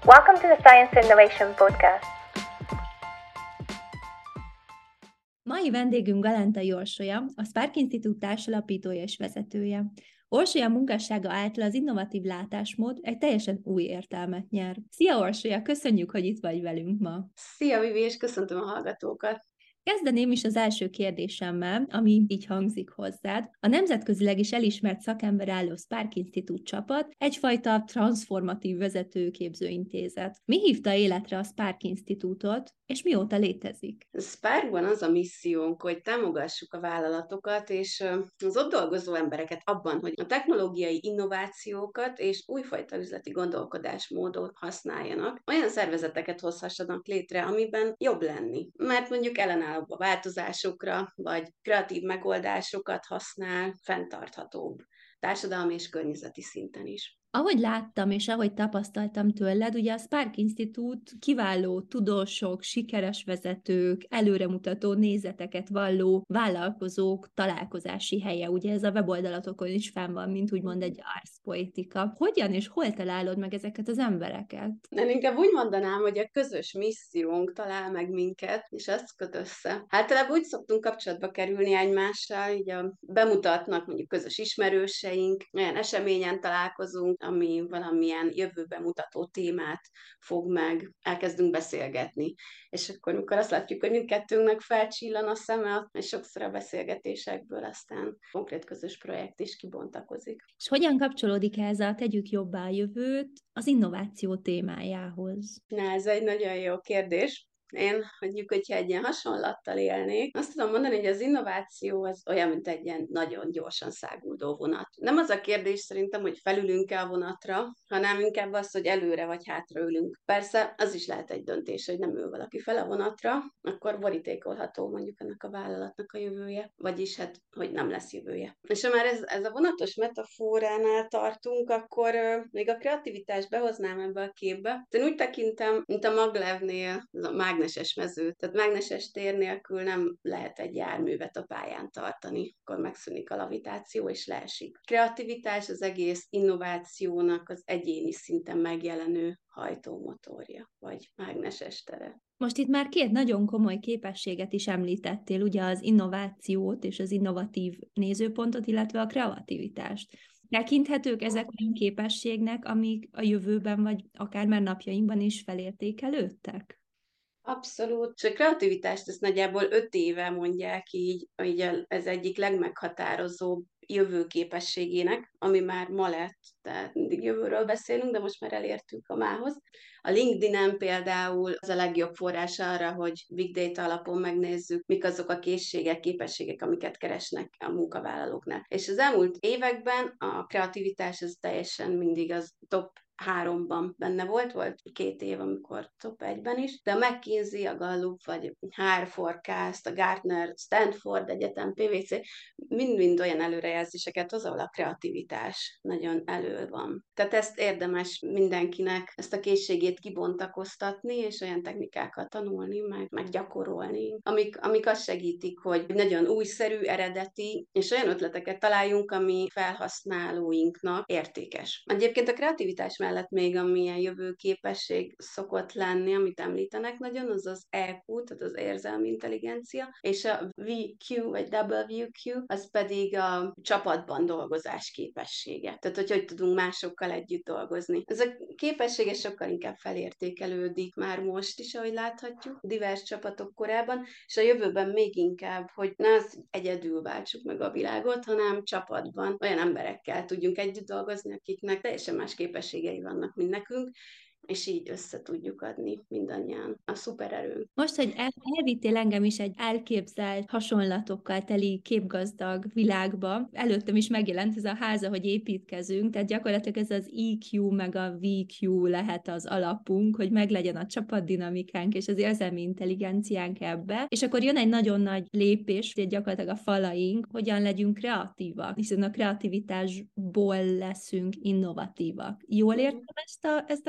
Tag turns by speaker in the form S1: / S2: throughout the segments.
S1: Welcome to the Science Innovation Podcast.
S2: Mai vendégünk Galentai Orsolya, a Spark Institute társalapítója és vezetője. Orsolya munkássága által az innovatív látásmód egy teljesen új értelmet nyer. Szia Orsolya, köszönjük, hogy itt vagy velünk ma.
S3: Szia Vivi, és köszöntöm a hallgatókat!
S2: Kezdeném is az első kérdésemmel, ami így hangzik hozzád. A nemzetközileg is elismert szakember álló Spark Institute csapat egyfajta transformatív vezetőképző intézet. Mi hívta életre a Spark Institute-ot, és mióta létezik?
S3: A Sparkban az a missziónk, hogy támogassuk a vállalatokat és az ott dolgozó embereket abban, hogy a technológiai innovációkat és újfajta üzleti gondolkodásmódot használjanak. Olyan szervezeteket hozhassanak létre, amiben jobb lenni. Mert mondjuk ellenállóbb a változásokra, vagy kreatív megoldásokat használ, fenntarthatóbb társadalmi és környezeti szinten is.
S2: Ahogy láttam és ahogy tapasztaltam tőled, ugye a Spark Institute kiváló tudósok, sikeres vezetők, előremutató nézeteket valló vállalkozók találkozási helye. Ugye ez a weboldalatokon is fenn van, mint úgymond egy arszpoetika. Hogyan és hol találod meg ezeket az embereket?
S3: Én inkább úgy mondanám, hogy a közös missziónk talál meg minket, és ezt köt össze. Általában úgy szoktunk kapcsolatba kerülni egymással, így bemutatnak mondjuk közös ismerőseink, olyan eseményen találkozunk, ami valamilyen jövőben mutató témát fog meg, elkezdünk beszélgetni. És akkor, amikor azt látjuk, hogy mindkettőnknek felcsillan a szeme, és sokszor a beszélgetésekből aztán konkrét közös projekt is kibontakozik.
S2: És hogyan kapcsolódik ez a Tegyük jobbá a jövőt az innováció témájához?
S3: Na, ez egy nagyon jó kérdés. Én mondjuk, hogyha egy ilyen hasonlattal élnék, azt tudom mondani, hogy az innováció az olyan, mint egy ilyen nagyon gyorsan száguldó vonat. Nem az a kérdés szerintem, hogy felülünk-e a vonatra, hanem inkább az, hogy előre vagy hátra ülünk. Persze az is lehet egy döntés, hogy nem ül valaki fel a vonatra, akkor borítékolható mondjuk ennek a vállalatnak a jövője, vagyis hát, hogy nem lesz jövője. És ha már ez a vonatos metaforánál tartunk, akkor még a kreativitást behoznám ebbe a képbe. Én úgy tekintem, mint a Maglevnél, ez a mágneses mező. Tehát mágneses tér nélkül nem lehet egy járművet a pályán tartani, akkor megszűnik a lavitáció és leesik. Kreativitás az egész innovációnak az egyéni szinten megjelenő hajtómotorja, vagy mágneses tere.
S2: Most itt már két nagyon komoly képességet is említettél, ugye az innovációt és az innovatív nézőpontot, illetve a kreativitást. Tekinthetők ezek olyan képességnek, amik a jövőben, vagy akár már napjainkban is felértékelődtek?
S3: Abszolút. És a kreativitást ezt nagyjából 5 éve mondják így ez egyik legmeghatározóbb jövőképességének, ami már ma lett, tehát mindig jövőről beszélünk, de most már elértünk a mához. A LinkedIn-en például az a legjobb forrás arra, hogy big data alapon megnézzük, mik azok a készségek, képességek, amiket keresnek a munkavállalóknál. És az elmúlt években a kreativitás az teljesen mindig az top 3-ban benne volt 2 év, amikor top 1-ben is, de a McKinsey, a Gallup, vagy HR Forecast, a Gartner, Stanford Egyetem, PwC, mind-mind olyan előrejelzéseket hoz, ahol a kreativitás nagyon elő van. Tehát ezt érdemes mindenkinek, ezt a készségét kibontakoztatni, és olyan technikákat tanulni, meg gyakorolni, amik azt segítik, hogy nagyon újszerű, eredeti, és olyan ötleteket találjunk, ami felhasználóinknak értékes. Egyébként a kreativitás mellett még amilyen jövőképesség szokott lenni, amit említenek nagyon, az az EQ, tehát az érzelmi intelligencia, és a VQ, vagy WQ, az pedig a csapatban dolgozás képessége. Tehát, hogy tudunk másokkal együtt dolgozni. Ez a képessége sokkal inkább felértékelődik már most is, ahogy láthatjuk, divers csapatok korában, és a jövőben még inkább, hogy ne az egyedül váltsuk meg a világot, hanem csapatban olyan emberekkel tudjunk együtt dolgozni, akiknek teljesen más képességei vannak, mint nekünk, és így össze tudjuk adni mindannyian a szupererőnk.
S2: Most, hogy elvittél engem is egy elképzelt, hasonlatokkal teli képgazdag világba, előttem is megjelent ez a ház, ahogy építkezünk, tehát gyakorlatilag ez az EQ meg a VQ lehet az alapunk, hogy meglegyen a csapatdinamikánk és az érzelmi intelligenciánk ebbe, és akkor jön egy nagyon nagy lépés, hogy gyakorlatilag a falaink, hogyan legyünk kreatívak, hiszen a kreativitásból leszünk innovatívak. Jól értem ezt a gondolatot?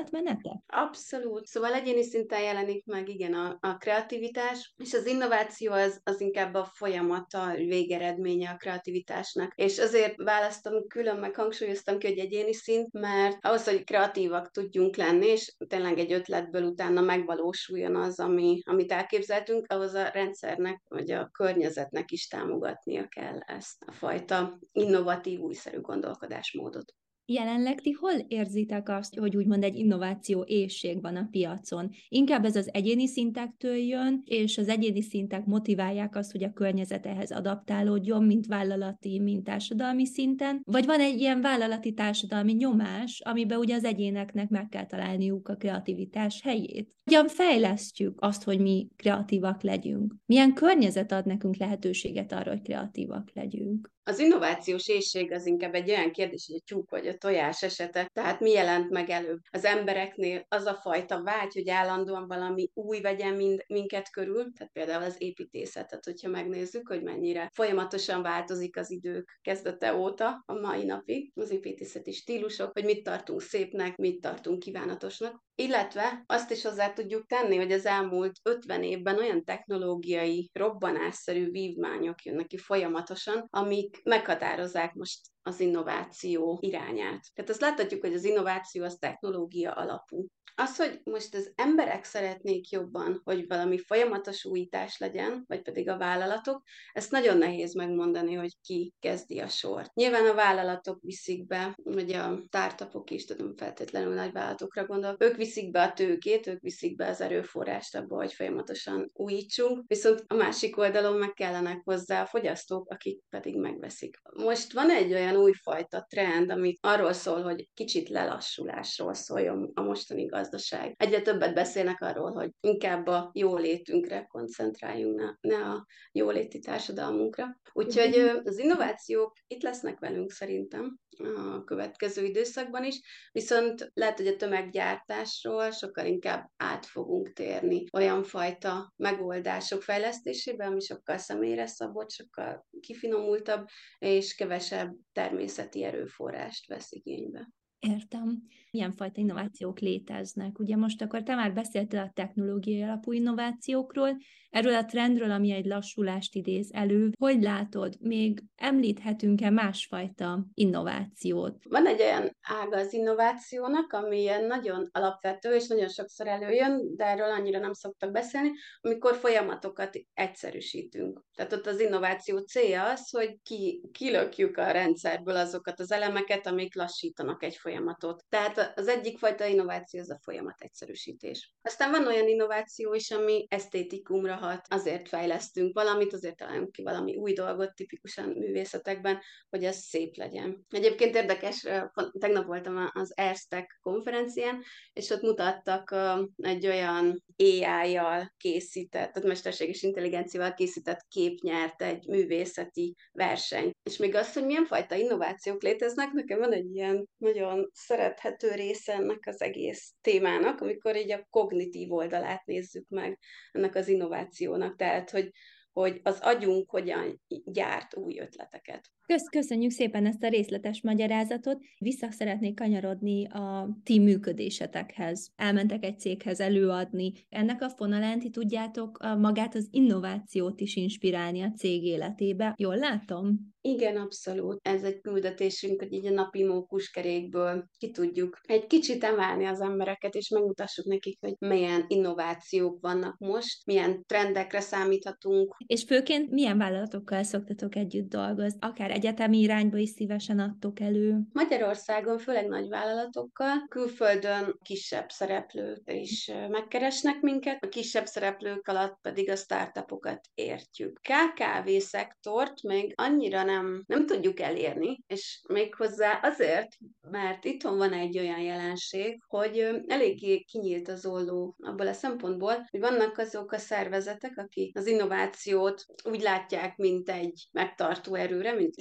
S2: gondolatmenete?
S3: Abszolút. Szóval egyéni szinten jelenik meg, igen, a kreativitás, és az innováció az inkább a folyamata, végeredménye a kreativitásnak. És azért választom külön, meg hangsúlyoztam ki, hogy egyéni szint, mert ahhoz, hogy kreatívak tudjunk lenni, és tényleg egy ötletből utána megvalósuljon az, amit elképzeltünk, ahhoz a rendszernek, vagy a környezetnek is támogatnia kell ezt a fajta innovatív, újszerű gondolkodásmódot.
S2: Jelenleg ti hol érzitek azt, hogy úgymond egy innováció éhség van a piacon? Inkább ez az egyéni szintektől jön, és az egyéni szintek motiválják azt, hogy a környezet ehhez adaptálódjon, mint vállalati, mint társadalmi szinten? Vagy van egy ilyen vállalati társadalmi nyomás, amiben ugye az egyéneknek meg kell találniuk a kreativitás helyét? Hogyan fejlesztjük azt, hogy mi kreatívak legyünk? Milyen környezet ad nekünk lehetőséget arra, hogy kreatívak legyünk?
S3: Az innovációs éhség az inkább egy olyan kérdés, hogy a tyúk vagy a tojás esete, tehát mi jelent meg előbb az embereknél az a fajta vágy, hogy állandóan valami új vegyen minket körül, tehát például az építészetet, hogyha megnézzük, hogy mennyire folyamatosan változik az idők kezdete óta a mai napig, az építészeti stílusok, hogy mit tartunk szépnek, mit tartunk kívánatosnak. Illetve azt is hozzá tudjuk tenni, hogy az elmúlt 50 évben olyan technológiai, robbanásszerű vívmányok jönnek ki folyamatosan, amik meghatározzák most az innováció irányát. Tehát azt láthatjuk, hogy az innováció az technológia alapú. Az, hogy most az emberek szeretnék jobban, hogy valami folyamatos újítás legyen, vagy pedig a vállalatok, ezt nagyon nehéz megmondani, hogy ki kezdi a sort. Nyilván a vállalatok viszik be, vagy a startupok is, tudom, feltétlenül nagy vállalatokra gondolok, ők viszik be a tőkét, ők viszik be az erőforrást abba, hogy folyamatosan újítsunk, viszont a másik oldalon meg kellenek hozzá a fogyasztók, akik pedig megveszik. Most van egy olyan újfajta trend, ami arról szól, hogy kicsit lelassulásról szóljon a mostani gazdaság. Egyre többet beszélnek arról, hogy inkább a jólétünkre koncentráljunk, ne a jóléti társadalmunkra. Úgyhogy az innovációk itt lesznek velünk szerintem a következő időszakban is, viszont lehet, hogy a tömeggyártásról sokkal inkább át fogunk térni olyan fajta megoldások fejlesztésébe, ami sokkal személyre szabott, sokkal kifinomultabb, és kevesebb természeti erőforrást vesz igénybe.
S2: Értem. Milyen fajta innovációk léteznek? Ugye most akkor te már beszéltél a technológiai alapú innovációkról, erről a trendről, ami egy lassulást idéz elő. Hogy látod, még említhetünk-e másfajta innovációt?
S3: Van egy olyan ága az innovációnak, ami ilyen nagyon alapvető, és nagyon sokszor előjön, de erről annyira nem szoktak beszélni, amikor folyamatokat egyszerűsítünk. Tehát ott az innováció célja az, hogy kilökjük a rendszerből azokat az elemeket, amik lassítanak egy folyamatot. Tehát az egyik fajta innováció az a folyamat egyszerűsítés. Aztán van olyan innováció is, ami esztétikumra hat, azért fejlesztünk valamit, azért találunk ki valami új dolgot, tipikusan művészetekben, hogy ez szép legyen. Egyébként érdekes, tegnap voltam az ERSTEC konferencián, és ott mutattak egy olyan AI-jal készített, tehát mesterséges intelligenciával készített kép nyert egy művészeti verseny. És még azt, hogy milyen fajta innovációk léteznek, nekem van egy ilyen nagyon szerethető része ennek az egész témának, amikor így a kognitív oldalát nézzük meg ennek az innovációnak, tehát hogy az agyunk hogyan gyárt új ötleteket.
S2: Köszönjük szépen ezt a részletes magyarázatot. Vissza szeretnék kanyarodni a ti működésetekhez. Elmentek egy céghez előadni. Ennek a fonalán ti tudjátok magát az innovációt is inspirálni a cég életébe. Jól látom?
S3: Igen, abszolút. Ez egy küldetésünk, hogy így a napi mókuskerékből ki tudjuk egy kicsit emelni az embereket, és megmutassuk nekik, hogy milyen innovációk vannak most, milyen trendekre számíthatunk.
S2: És főként milyen vállalatokkal szoktatok együtt dolgozni? Akár egyetemi irányba is szívesen adtok elő?
S3: Magyarországon főleg nagy vállalatokkal, külföldön kisebb szereplők is megkeresnek minket, a kisebb szereplők alatt pedig a startupokat értjük. KKV szektort még annyira nem tudjuk elérni, és méghozzá azért, mert itthon van egy olyan jelenség, hogy eléggé kinyílt az olló abból a szempontból, hogy vannak azok a szervezetek, akik az innovációt úgy látják, mint egy megtartó erőre, mint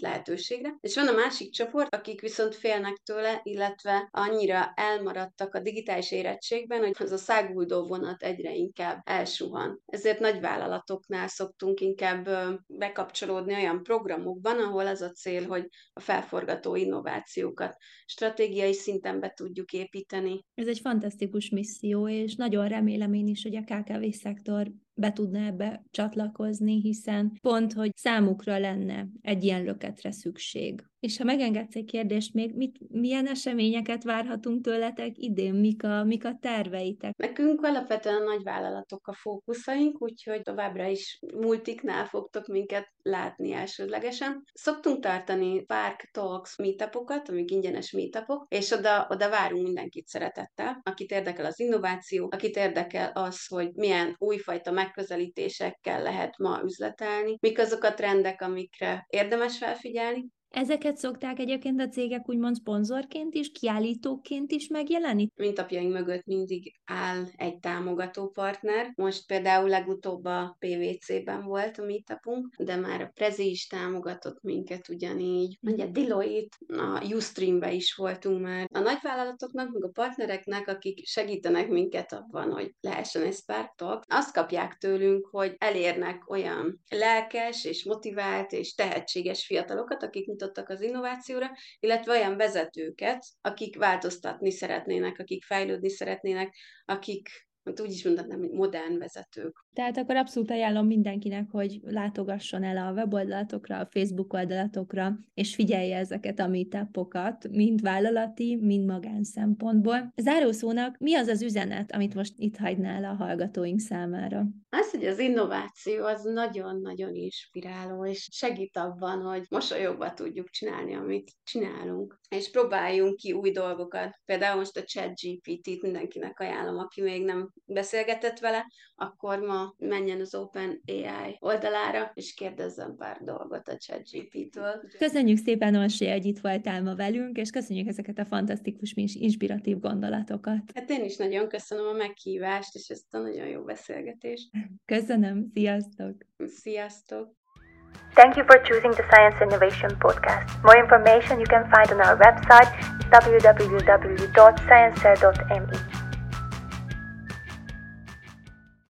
S3: lehetőségre. És van a másik csoport, akik viszont félnek tőle, illetve annyira elmaradtak a digitális érettségben, hogy az a száguldó vonat egyre inkább elsuhan. Ezért nagyvállalatoknál szoktunk inkább bekapcsolódni olyan programokban, ahol az a cél, hogy a felforgató innovációkat stratégiai szinten be tudjuk építeni.
S2: Ez egy fantasztikus misszió, és nagyon remélem én is, hogy a KKV-szektor be tudna ebbe csatlakozni, hiszen pont, hogy számukra lenne egy ilyen löketre szükség. És ha megengedsz egy kérdést még, milyen eseményeket várhatunk tőletek idén? Mik a terveitek?
S3: Nekünk alapvetően a nagyvállalatok a fókuszaink, úgyhogy továbbra is multiknál fogtok minket látni elsődlegesen. Szoktunk tartani Spark Talks meetupokat, amik ingyenes meetupok, és oda várunk mindenkit szeretettel, akit érdekel az innováció, akit érdekel az, hogy milyen újfajta megközelítésekkel lehet ma üzletelni, mik azok a trendek, amikre érdemes felfigyelni.
S2: Ezeket szokták egyébként a cégek úgymond szponzorként is, kiállítóként is megjelenni?
S3: Mintapjaink mögött mindig áll egy támogató partner. Most például legutóbb a PVC-ben volt a meetupunk, de már a Prezi is támogatott minket ugyanígy. Ugye Deloitte, a Ustream-be is voltunk már. A nagyvállalatoknak, meg a partnereknek, akik segítenek minket abban, hogy lehessen egy Spark Talk, azt kapják tőlünk, hogy elérnek olyan lelkes és motivált és tehetséges fiatalokat, akik nyitottak az innovációra, illetve olyan vezetőket, akik változtatni szeretnének, akik fejlődni szeretnének, akik, úgy is mondhatnám, hogy modern vezetők.
S2: Tehát akkor abszolút ajánlom mindenkinek, hogy látogasson el a weboldalatokra, a Facebook oldalatokra, és figyelje ezeket a meetupokat, mind vállalati, mind magán szempontból. Zárószónak mi az az üzenet, amit most itt hagynál a hallgatóink számára?
S3: Az, hogy az innováció az nagyon-nagyon inspiráló, és segít abban, hogy mosolyogva tudjuk csinálni, amit csinálunk. És próbáljunk ki új dolgokat. Például most a ChatGPT-t mindenkinek ajánlom, aki még nem beszélgetett vele, akkor ma menjen az OpenAI oldalára, és kérdezzen pár dolgot a ChatGPT-től.
S2: Köszönjük szépen, Orsi, hogy itt voltál ma velünk, és köszönjük ezeket a fantasztikus, inspiratív gondolatokat.
S3: Hát én is nagyon köszönöm a meghívást, és ezt a nagyon jó beszélgetést.
S2: Köszönöm, sziasztok!
S3: Sziasztok!
S1: Thank you for choosing the Science Innovation Podcast. More information you can find on our website www.scienceshare.me.